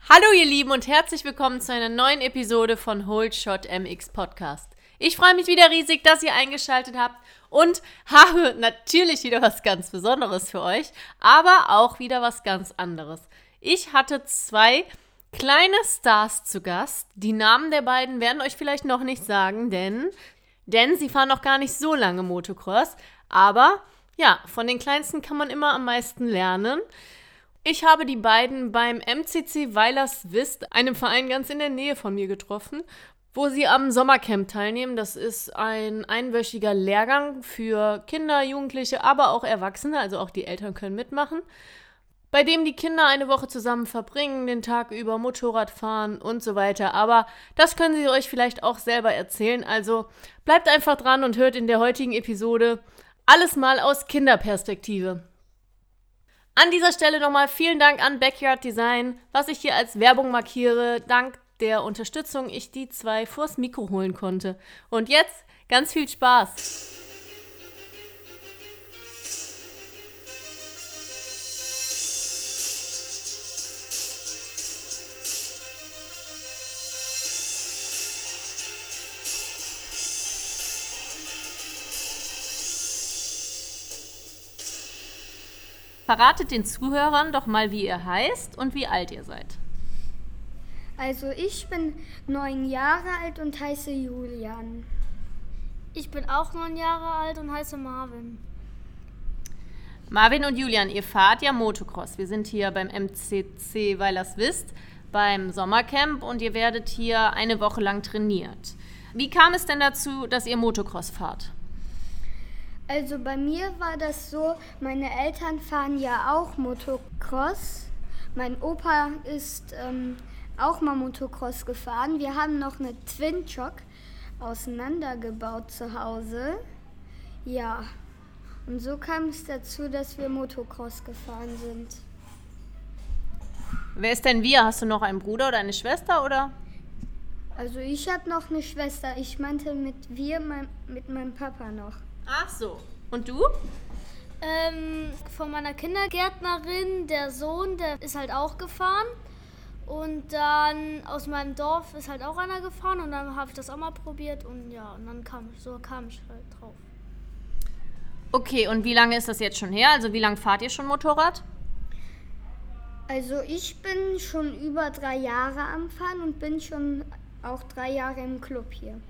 Hallo ihr Lieben und herzlich willkommen zu einer neuen Episode von Holdshot MX Podcast. Ich freue mich wieder riesig, dass ihr eingeschaltet habt und habe natürlich wieder was ganz Besonderes für euch, aber auch wieder was ganz anderes. Ich hatte zwei kleine Stars zu Gast. Die Namen der beiden werden euch vielleicht noch nicht sagen, denn sie fahren noch gar nicht so lange Motocross. Aber ja, von den Kleinsten kann man immer am meisten lernen. Ich habe die beiden beim MCC Weilerswist, einem Verein ganz in der Nähe von mir, getroffen, wo sie am Sommercamp teilnehmen. Das ist ein einwöchiger Lehrgang für Kinder, Jugendliche, aber auch Erwachsene, also auch die Eltern können mitmachen, bei dem die Kinder eine Woche zusammen verbringen, den Tag über Motorrad fahren und so weiter. Aber das können sie euch vielleicht auch selber erzählen. Also bleibt einfach dran und hört in der heutigen Episode alles mal aus Kinderperspektive. An dieser Stelle nochmal vielen Dank an Backyard Design, was ich hier als Werbung markiere. Dank der Unterstützung ich die zwei vors Mikro holen konnte. Und jetzt ganz viel Spaß! Verratet den Zuhörern doch mal, wie ihr heißt und wie alt ihr seid. Also ich bin 9 Jahre alt und heiße Julian. Ich bin auch 9 Jahre alt und heiße Marvin. Marvin und Julian, ihr fahrt ja Motocross. Wir sind hier beim MCC Weilerswist beim Sommercamp und ihr werdet hier eine Woche lang trainiert. Wie kam es denn dazu, dass ihr Motocross fahrt? Also bei mir war das so, meine Eltern fahren ja auch Motocross. Mein Opa ist auch mal Motocross gefahren. Wir haben noch eine Twin Chock auseinandergebaut zu Hause. Ja, und so kam es dazu, dass wir Motocross gefahren sind. Wer ist denn wir? Hast du noch einen Bruder oder eine Schwester, oder? Also ich habe noch eine Schwester. Ich meinte mit meinem Papa noch. Ach so. Und du? Von meiner Kindergärtnerin, der Sohn, der ist halt auch gefahren. Und dann aus meinem Dorf ist halt auch einer gefahren und dann habe ich das auch mal probiert und ja, und dann kam ich halt drauf. Okay, und wie lange ist das jetzt schon her? Also wie lange fahrt ihr schon Motorrad? Also ich bin schon über 3 Jahre am Fahren und bin schon auch 3 Jahre im Club hier.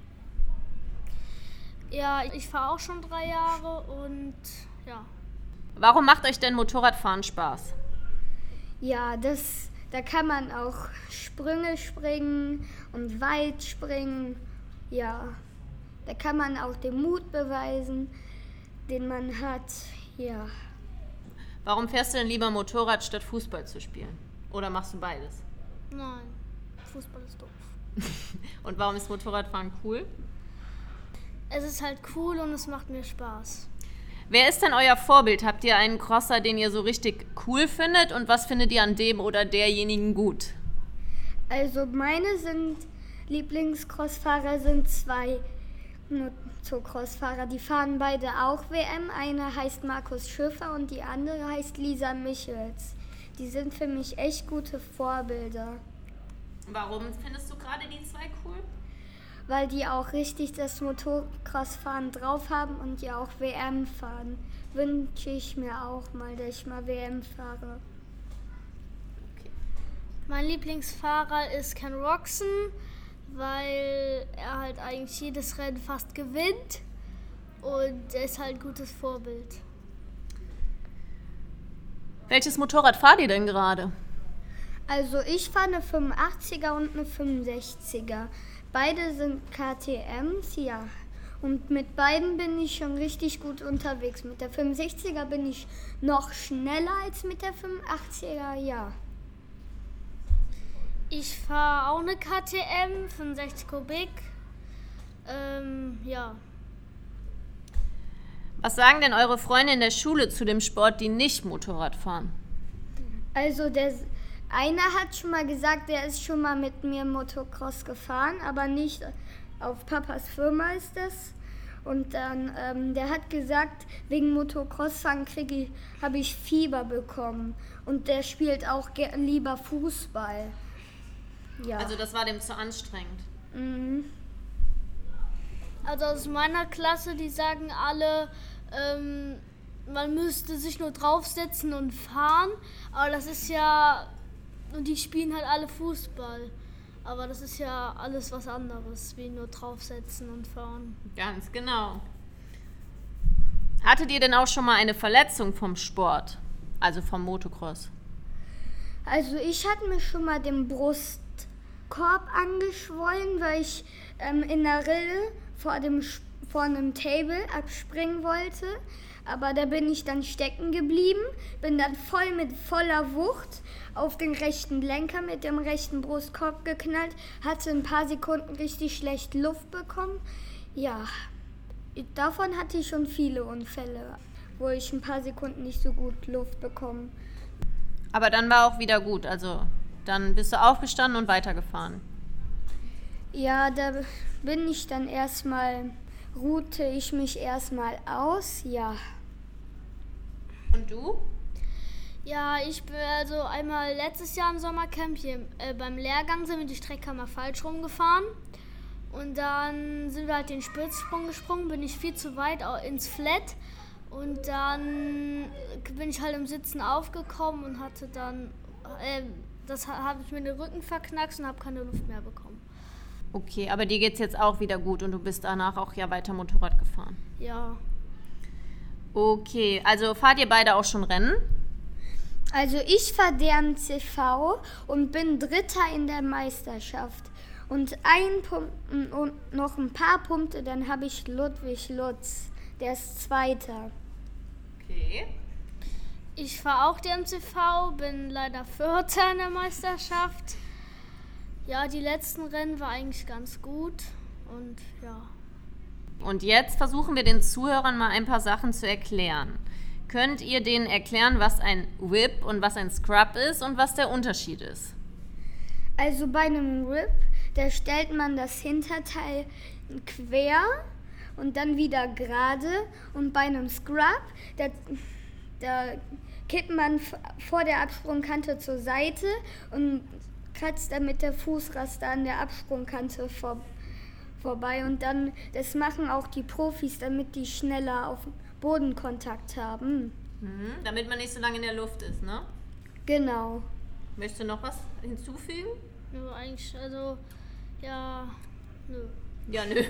Ja, ich fahre auch schon 3 Jahre und ja. Warum macht euch denn Motorradfahren Spaß? Ja, da kann man auch Sprünge springen und weit springen. Ja, da kann man auch den Mut beweisen, den man hat. Ja. Warum fährst du denn lieber Motorrad, statt Fußball zu spielen? Oder machst du beides? Nein, Fußball ist doof. Und warum ist Motorradfahren cool? Es ist halt cool und es macht mir Spaß. Wer ist denn euer Vorbild? Habt ihr einen Crosser, den ihr so richtig cool findet? Und was findet ihr an dem oder derjenigen gut? Also meine Lieblingscrossfahrer sind 2 Motocrossfahrer. Die fahren beide auch WM. Einer heißt Markus Schöffer und die andere heißt Lisa Michels. Die sind für mich echt gute Vorbilder. Warum findest du gerade die 2 cool? Weil die auch richtig das Motocross-Fahren drauf haben und ja auch WM fahren. Wünsche ich mir auch mal, dass ich mal WM fahre. Okay. Mein Lieblingsfahrer ist Ken Roczen, weil er halt eigentlich jedes Rennen fast gewinnt und er ist halt ein gutes Vorbild. Welches Motorrad fahrt ihr denn gerade? Also ich fahre eine 85er und eine 65er. Beide sind KTMs, ja. Und mit beiden bin ich schon richtig gut unterwegs. Mit der 65er bin ich noch schneller als mit der 85er, ja. Ich fahre auch eine KTM, 65 Kubik. Ja. Was sagen denn eure Freunde in der Schule zu dem Sport, die nicht Motorrad fahren? Also einer hat schon mal gesagt, der ist schon mal mit mir Motocross gefahren, aber nicht auf Papas Firma ist das. Und dann, der hat gesagt, wegen Motocrossfahren habe ich Fieber bekommen. Und der spielt auch lieber Fußball. Ja. Also das war dem zu anstrengend. Mhm. Also aus meiner Klasse, die sagen alle, man müsste sich nur draufsetzen und fahren. Aber das ist ja, und die spielen halt alle Fußball. Aber das ist ja alles was anderes, wie nur draufsetzen und fahren. Ganz genau. Hattet ihr denn auch schon mal eine Verletzung vom Sport? Also vom Motocross? Also ich hatte mir schon mal den Brustkorb angeschwollen, weil ich in der Rille vor einem Table abspringen wollte. Aber da bin ich dann stecken geblieben, bin dann mit voller Wucht auf den rechten Lenker mit dem rechten Brustkorb geknallt, hatte ein paar Sekunden richtig schlecht Luft bekommen. Ja, davon hatte ich schon viele Unfälle, wo ich ein paar Sekunden nicht so gut Luft bekomme. Aber dann war auch wieder gut, also dann bist du aufgestanden und weitergefahren. Ja, da bin ich dann ruhte ich mich erstmal aus, ja. Und du? Ja, ich bin also einmal letztes Jahr im Sommercamp hier beim Lehrgang sind wir die Strecke mal falsch rumgefahren. Und dann sind wir halt den Spitzsprung gesprungen, bin ich viel zu weit ins Flat. Und dann bin ich halt im Sitzen aufgekommen und hatte dann, habe ich mir den Rücken verknackst und habe keine Luft mehr bekommen. Okay, aber dir geht's jetzt auch wieder gut und du bist danach auch ja weiter Motorrad gefahren. Ja. Okay, also fahrt ihr beide auch schon Rennen? Also ich fahre DMCV und bin Dritter in der Meisterschaft. Und noch ein paar Punkte, dann habe ich Ludwig Lutz, der ist Zweiter. Okay. Ich fahre auch DMCV, bin leider Vierter in der Meisterschaft. Ja, die letzten Rennen war eigentlich ganz gut und ja. Und jetzt versuchen wir den Zuhörern mal ein paar Sachen zu erklären. Könnt ihr denen erklären, was ein Whip und was ein Scrub ist und was der Unterschied ist? Also bei einem Whip, da stellt man das Hinterteil quer und dann wieder gerade. Und bei einem Scrub, da kippt man vor der Absprungkante zur Seite und kratzt dann mit der Fußraste an der Absprungkante vorbei. Und dann, das machen auch die Profis, damit die schneller auf Bodenkontakt haben. Damit man nicht so lange in der Luft ist, ne? Genau. Möchtest du noch was hinzufügen? Nö, eigentlich, also, ja, nö. Ja, nö.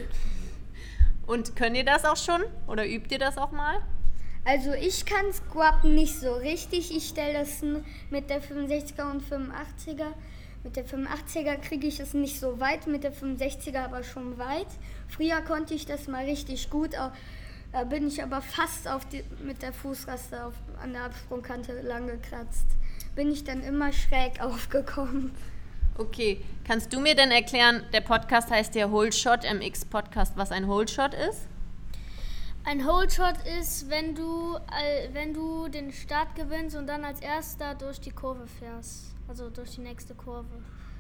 Und könnt ihr das auch schon? Oder übt ihr das auch mal? Also ich kann Scrubben nicht so richtig. Ich stelle das mit der 65er und 85er. Mit der 85er kriege ich es nicht so weit, mit der 65er aber schon weit. Früher konnte ich das mal richtig gut. Da bin ich aber fast mit der Fußraste an der Absprungkante lang gekratzt. Bin ich dann immer schräg aufgekommen. Okay, kannst du mir denn erklären, der Podcast heißt ja Holeshot MX Podcast, was ein Holeshot ist? Ein Holeshot ist, wenn du den Start gewinnst und dann als Erster durch die Kurve fährst. Also durch die nächste Kurve.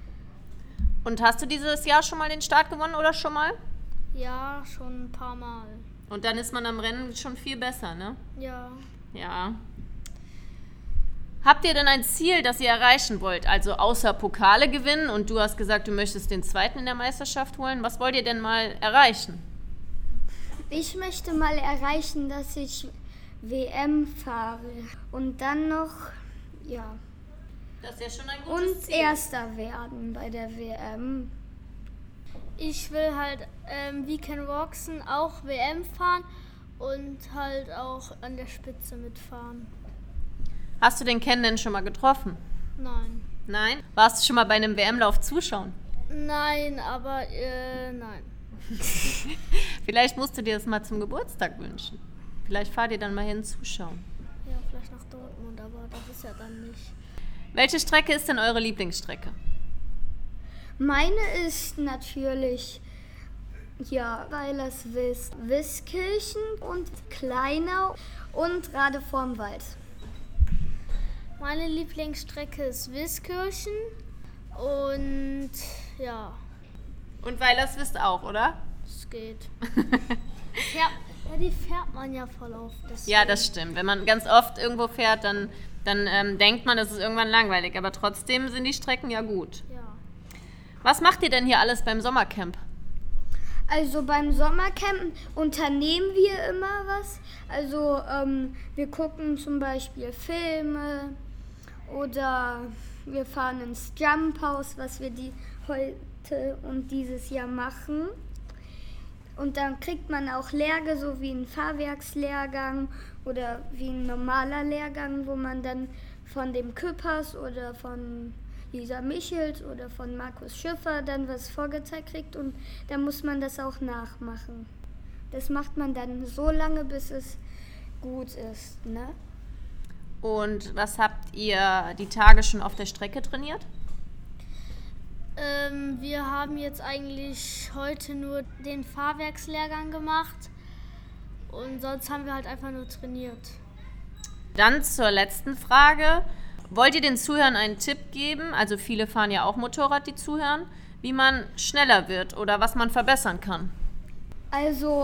Und hast du dieses Jahr schon mal den Start gewonnen oder schon mal? Ja, schon ein paar Mal. Und dann ist man am Rennen schon viel besser, ne? Ja. Ja. Habt ihr denn ein Ziel, das ihr erreichen wollt? Also außer Pokale gewinnen und du hast gesagt, du möchtest den Zweiten in der Meisterschaft holen. Was wollt ihr denn mal erreichen? Ich möchte mal erreichen, dass ich WM fahre und dann noch, ja. Das ist ja schon ein gutes Ziel. Und Erster werden bei der WM. Ich will halt wie Ken Roczen auch WM fahren und halt auch an der Spitze mitfahren. Hast du den Ken denn schon mal getroffen? Nein. Nein? Warst du schon mal bei einem WM-Lauf zuschauen? Nein, aber nein. Vielleicht musst du dir das mal zum Geburtstag wünschen. Vielleicht fahrt ihr dann mal hin zuschauen. Ja, vielleicht nach Dortmund, aber das ist ja dann nicht. Welche Strecke ist denn eure Lieblingsstrecke? Meine ist natürlich, ja, Weilerswist, Wiskirchen und Kleinau und Rade vorm Wald. Meine Lieblingsstrecke ist Wiskirchen und ja. Und Weilerswist auch, oder? Es geht. Ja, die fährt man ja voll oft. Deswegen. Ja, das stimmt. Wenn man ganz oft irgendwo fährt, dann denkt man, das ist irgendwann langweilig. Aber trotzdem sind die Strecken ja gut. Ja. Was macht ihr denn hier alles beim Sommercamp? Also beim Sommercamp unternehmen wir immer was. Also wir gucken zum Beispiel Filme oder wir fahren ins Jump House, was wir heute und dieses Jahr machen. Und dann kriegt man auch Lehrge, so wie ein Fahrwerkslehrgang oder wie ein normaler Lehrgang, wo man dann von dem Küppers oder von Lisa Michels oder von Markus Schiffer dann was vorgezeigt kriegt und dann muss man das auch nachmachen. Das macht man dann so lange, bis es gut ist, ne? Und was habt ihr die Tage schon auf der Strecke trainiert? Wir haben jetzt eigentlich heute nur den Fahrwerkslehrgang gemacht und sonst haben wir halt einfach nur trainiert. Dann zur letzten Frage. Wollt ihr den Zuhörern einen Tipp geben? Also viele fahren ja auch Motorrad, die zuhören, wie man schneller wird oder was man verbessern kann. Also,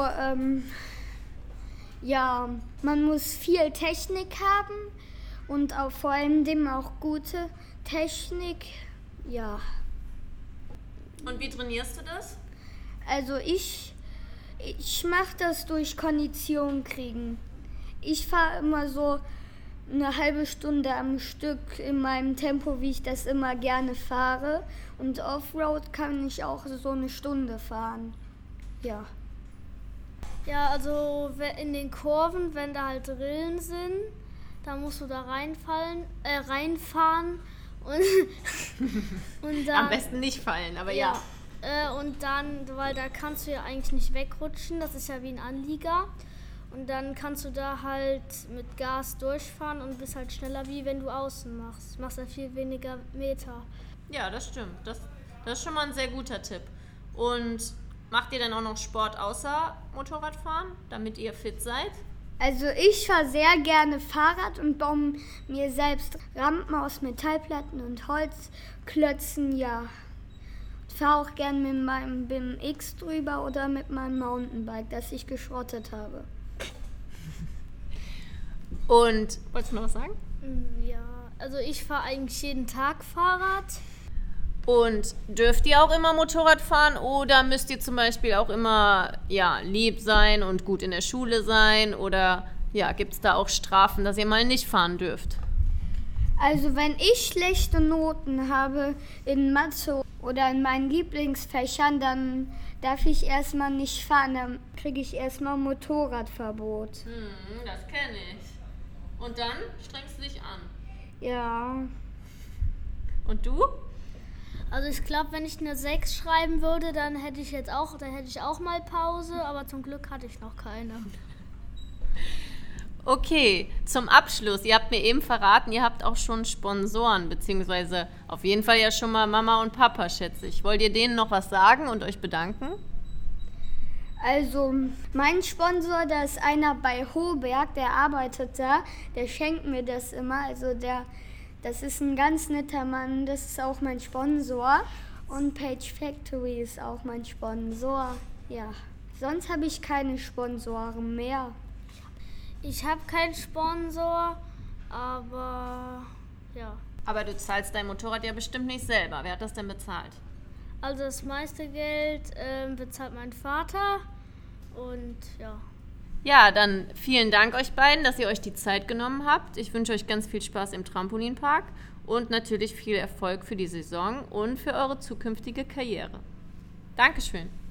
ja, man muss viel Technik haben und auch vor allem auch gute Technik, ja. Und wie trainierst du das? Also ich mache das durch Kondition kriegen. Ich fahre immer so eine halbe Stunde am Stück in meinem Tempo, wie ich das immer gerne fahre. Und Offroad kann ich auch so eine Stunde fahren. Ja. Ja, also in den Kurven, wenn da halt Rillen sind, da musst du da reinfahren und dann, am besten nicht fallen, aber ja. Und dann, weil da kannst du ja eigentlich nicht wegrutschen, das ist ja wie ein Anlieger. Und dann kannst du da halt mit Gas durchfahren und bist halt schneller, wie wenn du außen machst. Du machst ja viel weniger Meter. Ja, das stimmt. Das ist schon mal ein sehr guter Tipp. Und macht ihr dann auch noch Sport außer Motorradfahren, damit ihr fit seid? Also ich fahre sehr gerne Fahrrad und baue mir selbst Rampen aus Metallplatten und Holzklötzen, ja. Ich fahre auch gerne mit meinem BMX drüber oder mit meinem Mountainbike, das ich geschrottet habe. Und, wolltest du noch was sagen? Ja, also ich fahre eigentlich jeden Tag Fahrrad. Und dürft ihr auch immer Motorrad fahren oder müsst ihr zum Beispiel auch immer lieb sein und gut in der Schule sein oder gibt es da auch Strafen, dass ihr mal nicht fahren dürft? Also wenn ich schlechte Noten habe in Mathe oder in meinen Lieblingsfächern, dann darf ich erstmal nicht fahren, dann kriege ich erstmal Motorradverbot. Das kenne ich. Und dann strengst du dich an? Ja. Und du? Also ich glaube, wenn ich eine 6 schreiben würde, dann hätte ich auch mal Pause, aber zum Glück hatte ich noch keine. Okay, zum Abschluss, ihr habt mir eben verraten, ihr habt auch schon Sponsoren, beziehungsweise auf jeden Fall ja schon mal Mama und Papa, schätze ich. Wollt ihr denen noch was sagen und euch bedanken? Also mein Sponsor, da ist einer bei Hohberg, der arbeitet da, der schenkt mir das immer, also das ist ein ganz netter Mann, das ist auch mein Sponsor und Page Factory ist auch mein Sponsor, ja. Sonst habe ich keine Sponsoren mehr. Ich habe keinen Sponsor, aber ja. Aber du zahlst dein Motorrad ja bestimmt nicht selber. Wer hat das denn bezahlt? Also das meiste Geld bezahlt mein Vater und ja. Ja, dann vielen Dank euch beiden, dass ihr euch die Zeit genommen habt. Ich wünsche euch ganz viel Spaß im Trampolinpark und natürlich viel Erfolg für die Saison und für eure zukünftige Karriere. Dankeschön.